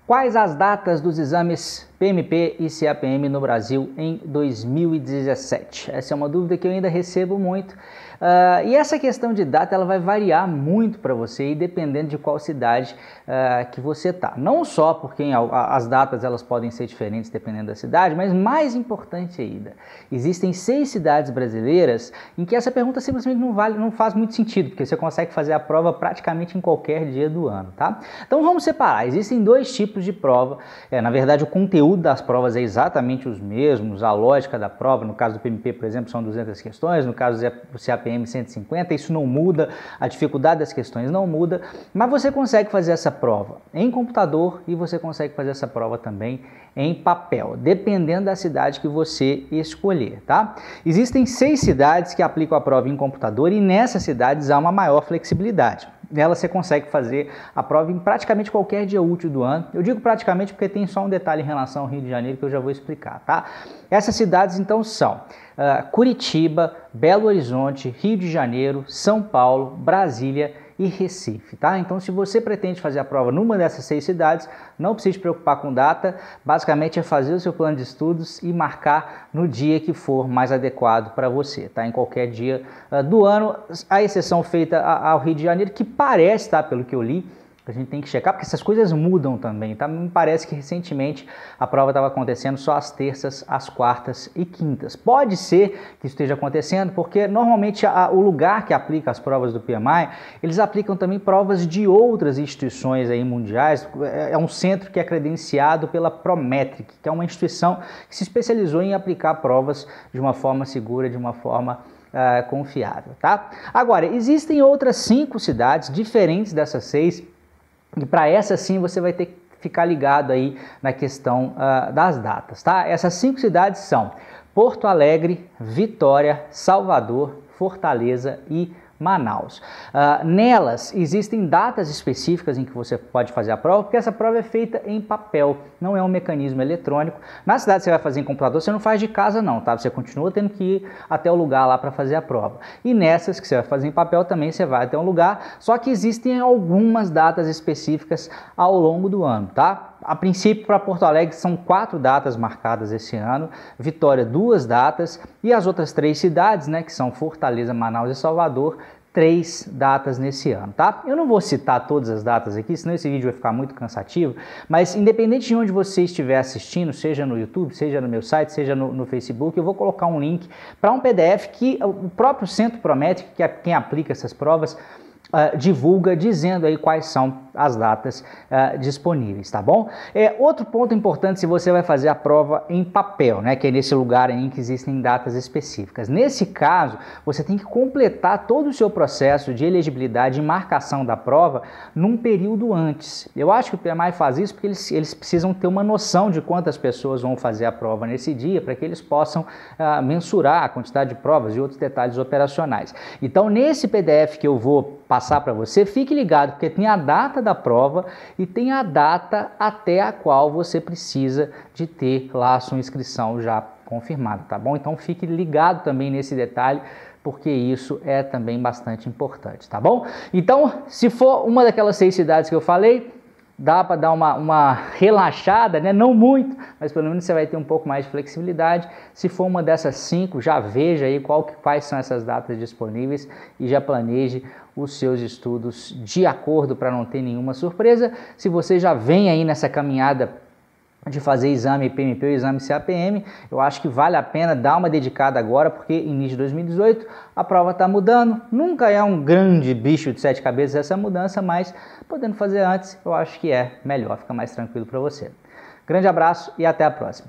Quais as datas dos exames PMP e CAPM no Brasil em 2017? Essa é uma dúvida que eu ainda recebo muito. E essa questão de data ela vai variar muito para você, e dependendo de qual cidade que você está. Não só porque as datas elas podem ser diferentes dependendo da cidade, mas mais importante ainda, existem 6 cidades brasileiras em que essa pergunta simplesmente não faz muito sentido, porque você consegue fazer a prova praticamente em qualquer dia do ano, tá? Então vamos separar, existem 2 tipos de prova, na verdade o conteúdo das provas é exatamente os mesmos, a lógica da prova, no caso do PMP, por exemplo, são 200 questões, no caso do CAPM 150, isso não muda, a dificuldade das questões não muda, mas você consegue fazer essa prova em computador e você consegue fazer essa prova também em papel, dependendo da cidade que você escolher, tá? Existem 6 cidades que aplicam a prova em computador e nessas cidades há uma maior flexibilidade. Nela você consegue fazer a prova em praticamente qualquer dia útil do ano. Eu digo praticamente porque tem só um detalhe em relação ao Rio de Janeiro que eu já vou explicar, tá? Essas cidades então são Curitiba, Belo Horizonte, Rio de Janeiro, São Paulo, Brasília e Recife, tá? Então, se você pretende fazer a prova numa dessas 6 cidades, não precisa se preocupar com data, basicamente é fazer o seu plano de estudos e marcar no dia que for mais adequado para você, tá? Em qualquer dia do ano, a exceção feita ao Rio de Janeiro, que parece, tá? Pelo que eu li, a gente tem que checar, porque essas coisas mudam também, tá? Me parece que recentemente a prova estava acontecendo só às terças, às quartas e quintas. Pode ser que isso esteja acontecendo, porque normalmente o lugar que aplica as provas do PMI, eles aplicam também provas de outras instituições aí mundiais. É um centro que é credenciado pela Prometric, que é uma instituição que se especializou em aplicar provas de uma forma segura, de uma forma confiável, tá? Agora, existem outras 5 cidades diferentes dessas 6, e para essa sim você vai ter que ficar ligado aí na questão das datas, tá? Essas 5 cidades são Porto Alegre, Vitória, Salvador, Fortaleza e Manaus. Nelas existem datas específicas em que você pode fazer a prova, porque essa prova é feita em papel, não é um mecanismo eletrônico. Na cidade que você vai fazer em computador, você não faz de casa não, tá? Você continua tendo que ir até o lugar lá para fazer a prova. E nessas que você vai fazer em papel também você vai até um lugar, só que existem algumas datas específicas ao longo do ano, tá? A princípio, para Porto Alegre são 4 datas marcadas esse ano, Vitória 2 datas e as outras 3 cidades, né, que são Fortaleza, Manaus e Salvador, 3 datas nesse ano, tá? Eu não vou citar todas as datas aqui, senão esse vídeo vai ficar muito cansativo, mas independente de onde você estiver assistindo, seja no YouTube, seja no meu site, seja no Facebook, eu vou colocar um link para um PDF que o próprio Centro Prometric, que é quem aplica essas provas, divulga, dizendo aí quais são as datas disponíveis, tá bom? Outro ponto importante se você vai fazer a prova em papel, né, que é nesse lugar em que existem datas específicas. Nesse caso, você tem que completar todo o seu processo de elegibilidade e marcação da prova num período antes. Eu acho que o PMI faz isso porque eles precisam ter uma noção de quantas pessoas vão fazer a prova nesse dia, para que eles possam mensurar a quantidade de provas e outros detalhes operacionais. Então, nesse PDF que eu vou passar para você, fique ligado, porque tem a data da prova e tem a data até a qual você precisa de ter lá a sua inscrição já confirmada, tá bom? Então fique ligado também nesse detalhe, porque isso é também bastante importante, tá bom? Então, se for uma daquelas 6 cidades que eu falei, dá para dar uma relaxada, né? Não muito, mas pelo menos você vai ter um pouco mais de flexibilidade. Se for uma dessas 5, já veja aí quais são essas datas disponíveis e já planeje os seus estudos de acordo para não ter nenhuma surpresa. Se você já vem aí nessa caminhada de fazer exame PMP ou exame CAPM, eu acho que vale a pena dar uma dedicada agora, porque início de 2018 a prova está mudando, nunca é um grande bicho de 7 cabeças essa mudança, mas podendo fazer antes, eu acho que é melhor, fica mais tranquilo para você. Grande abraço e até a próxima.